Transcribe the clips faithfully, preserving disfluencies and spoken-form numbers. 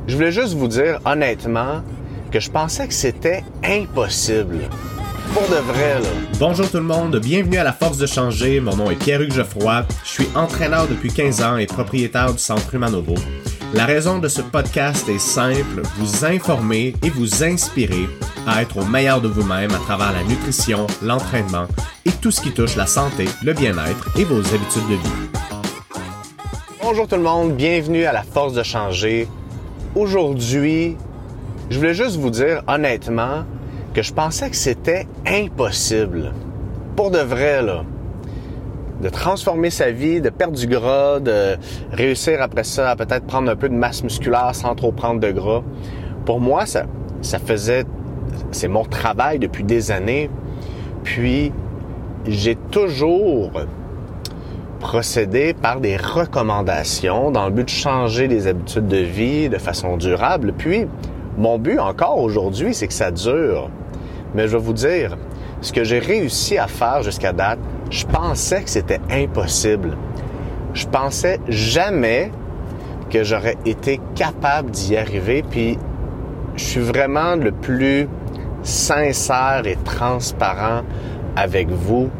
Je voulais juste vous dire honnêtement que je pensais que c'était impossible. Pour de vrai, là. Bonjour tout le monde, bienvenue à La Force de Changer. Mon nom est Pierre-Hugues Geoffroy. Je suis entraîneur depuis quinze ans et propriétaire du Centre Humanovo. La raison de ce podcast est simple, vous informer et vous inspirer à être au meilleur de vous-même à travers la nutrition, l'entraînement et tout ce qui touche la santé, le bien-être et vos habitudes de vie. Bonjour tout le monde, bienvenue à La Force de Changer. Aujourd'hui, je voulais juste vous dire honnêtement que je pensais que c'était impossible. Pour de vrai, là. De transformer sa vie, de perdre du gras, de réussir après ça à peut-être prendre un peu de masse musculaire sans trop prendre de gras. Pour moi, ça, ça faisait... C'est mon travail depuis des années. Puis, j'ai toujours procédé par des recommandations dans le but de changer des habitudes de vie de façon durable. Puis, mon but encore aujourd'hui, c'est que ça dure. Mais je vais vous dire, ce que j'ai réussi à faire jusqu'à date, je pensais que c'était impossible. Je pensais jamais que j'aurais été capable d'y arriver. Puis, je suis vraiment le plus sincère et transparent avec vous.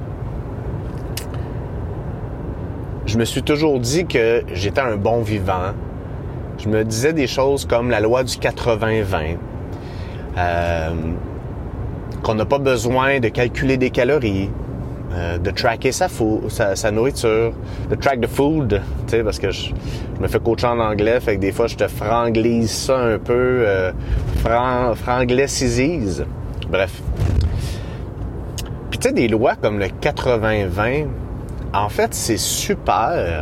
Je me suis toujours dit que j'étais un bon vivant. Je me disais des choses comme la loi du quatre-vingts vingt. Euh, qu'on n'a pas besoin de calculer des calories, euh, de tracker sa, fo- sa, sa nourriture, de track the food, tu sais, parce que je, je me fais coacher en anglais, fait que des fois je te franglise ça un peu, euh, fran, franglais-cisise. Bref. Puis tu sais, des lois comme le quatre-vingts vingt, en fait, c'est super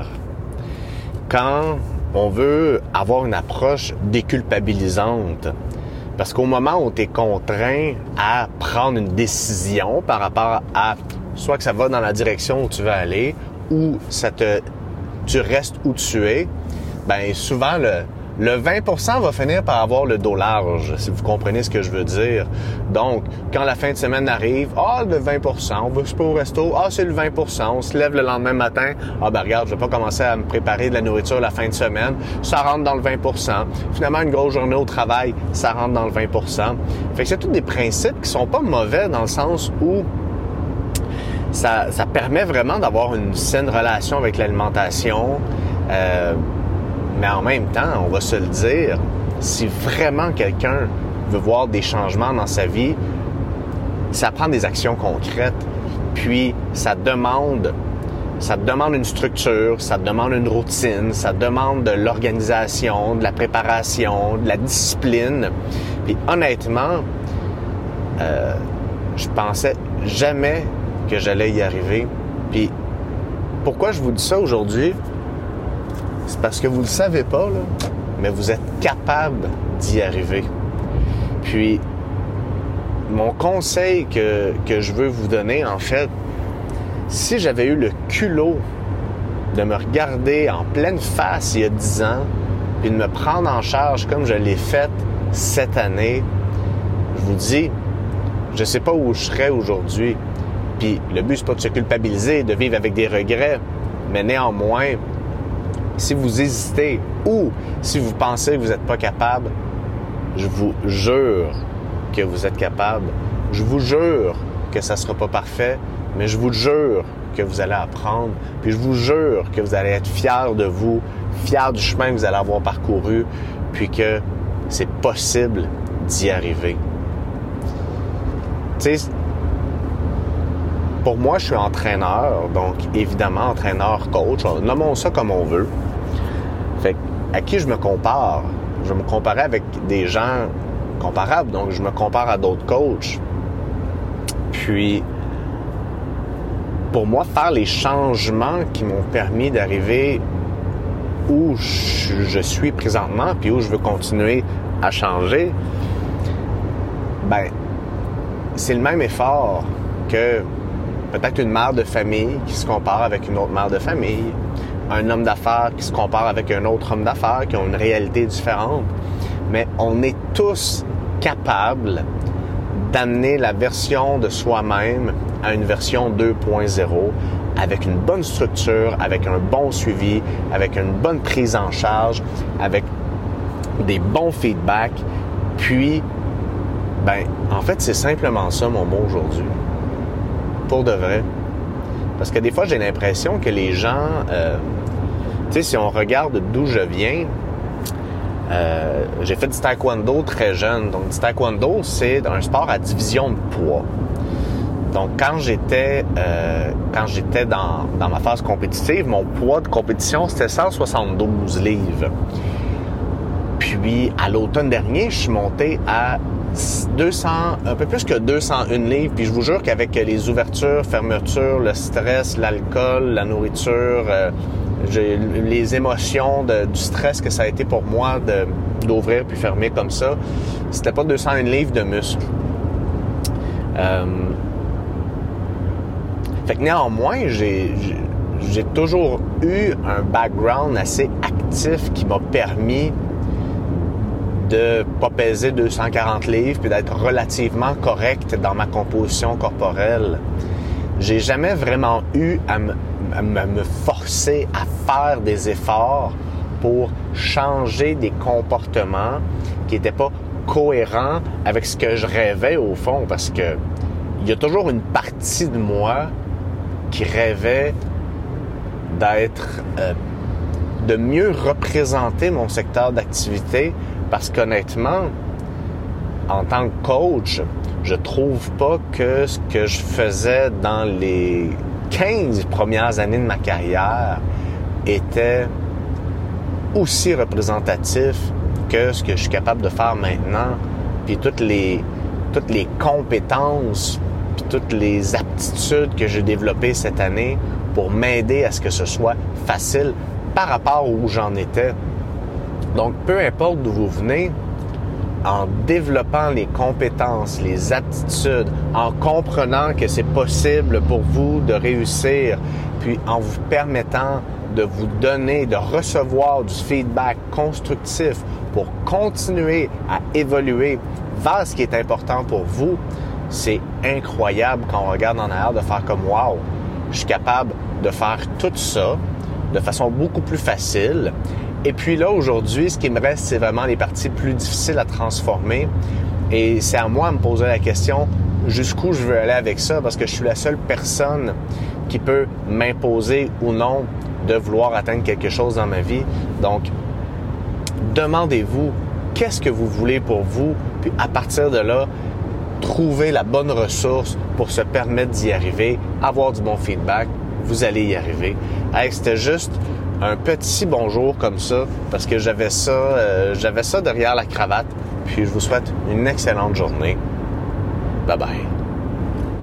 quand on veut avoir une approche déculpabilisante. Parce qu'au moment où tu es contraint à prendre une décision par rapport à soit que ça va dans la direction où tu veux aller ou ça te tu restes où tu es, ben souvent le, le vingt pour cent va finir par avoir le dos large, si vous comprenez ce que je veux dire. Donc, quand la fin de semaine arrive, ah, le vingt pour cent, on va se au resto, ah, c'est le vingt pour cent, on se lève le lendemain matin, ah, ben regarde, je vais pas commencer à me préparer de la nourriture la fin de semaine, ça rentre dans le vingt pour cent. Finalement, une grosse journée au travail, ça rentre dans le vingt pour cent. Fait que c'est tous des principes qui sont pas mauvais dans le sens où ça, ça permet vraiment d'avoir une saine relation avec l'alimentation, euh, mais en même temps, on va se le dire, si vraiment quelqu'un veut voir des changements dans sa vie, ça prend des actions concrètes. Puis, ça demande, ça demande une structure, ça demande une routine, ça demande de l'organisation, de la préparation, de la discipline. Puis, honnêtement, euh, je pensais jamais que j'allais y arriver. Puis, pourquoi je vous dis ça aujourd'hui? C'est parce que vous le savez pas, là, mais vous êtes capable d'y arriver. Puis, mon conseil que, que je veux vous donner, en fait, si j'avais eu le culot de me regarder en pleine face il y a dix ans, puis de me prendre en charge comme je l'ai fait cette année, je vous dis, je sais pas où je serais aujourd'hui. Puis, le but, c'est pas de se culpabiliser, de vivre avec des regrets, mais néanmoins, si vous hésitez ou si vous pensez que vous n'êtes pas capable, je vous jure que vous êtes capable. Je vous jure que ça ne sera pas parfait, mais je vous jure que vous allez apprendre. Puis je vous jure que vous allez être fiers de vous, fiers du chemin que vous allez avoir parcouru, puis que c'est possible d'y arriver. Tu sais, pour moi, je suis entraîneur, donc évidemment entraîneur, coach, nommons ça comme on veut. Fait à qui je me compare? Je vais me comparer avec des gens comparables, donc je me compare à d'autres coachs. Puis, pour moi, faire les changements qui m'ont permis d'arriver où je, je suis présentement, puis où je veux continuer à changer, ben, c'est le même effort que peut-être une mère de famille qui se compare avec une autre mère de famille, un homme d'affaires qui se compare avec un autre homme d'affaires qui ont une réalité différente. Mais on est tous capables d'amener la version de soi-même à une version deux point zéro avec une bonne structure, avec un bon suivi, avec une bonne prise en charge, avec des bons feedbacks, puis, ben, en fait, c'est simplement ça mon mot aujourd'hui. Pour de vrai. Parce que des fois, j'ai l'impression que les gens, euh, tu sais, si on regarde d'où je viens, euh, j'ai fait du taekwondo très jeune. Donc, du taekwondo, c'est un sport à division de poids. Donc, quand j'étais euh, quand j'étais dans, dans ma phase compétitive, mon poids de compétition, c'était cent soixante-douze livres. Puis, à l'automne dernier, je suis monté à deux cents, un peu plus que deux cent un livres. Puis, je vous jure qu'avec les ouvertures, fermetures, le stress, l'alcool, la nourriture, euh, j'ai, les émotions de, du stress que ça a été pour moi de, d'ouvrir puis fermer comme ça, c'était pas deux cent un livres de muscles. Euh, Fait que néanmoins, j'ai, j'ai, j'ai toujours eu un background assez actif qui m'a permis de pas peser deux cent quarante livres puis d'être relativement correct dans ma composition corporelle. J'ai jamais vraiment eu à me, à me forcer à faire des efforts pour changer des comportements qui n'étaient pas cohérents avec ce que je rêvais au fond, parce que il y a toujours une partie de moi qui rêvait d'être, euh, de mieux représenter mon secteur d'activité, parce qu'honnêtement, en tant que coach, je trouve pas que ce que je faisais dans les quinze premières années de ma carrière était aussi représentatif que ce que je suis capable de faire maintenant, puis toutes les, toutes les compétences puis toutes les aptitudes que j'ai développées cette année pour m'aider à ce que ce soit facile par rapport où j'en étais. Donc, peu importe d'où vous venez, en développant les compétences, les aptitudes, en comprenant que c'est possible pour vous de réussir, puis en vous permettant de vous donner, de recevoir du feedback constructif pour continuer à évoluer vers ce qui est important pour vous, c'est incroyable quand on regarde en arrière de faire comme « wow, je suis capable de faire tout ça de façon beaucoup plus facile ». Et puis là, aujourd'hui, ce qui me reste, c'est vraiment les parties plus difficiles à transformer. Et c'est à moi de me poser la question jusqu'où je veux aller avec ça, parce que je suis la seule personne qui peut m'imposer ou non de vouloir atteindre quelque chose dans ma vie. Donc, demandez-vous qu'est-ce que vous voulez pour vous, puis à partir de là, trouver la bonne ressource pour se permettre d'y arriver, avoir du bon feedback, vous allez y arriver. Hey, c'était juste un petit bonjour comme ça, parce que j'avais ça, euh, j'avais ça derrière la cravate, puis je vous souhaite une excellente journée. Bye bye.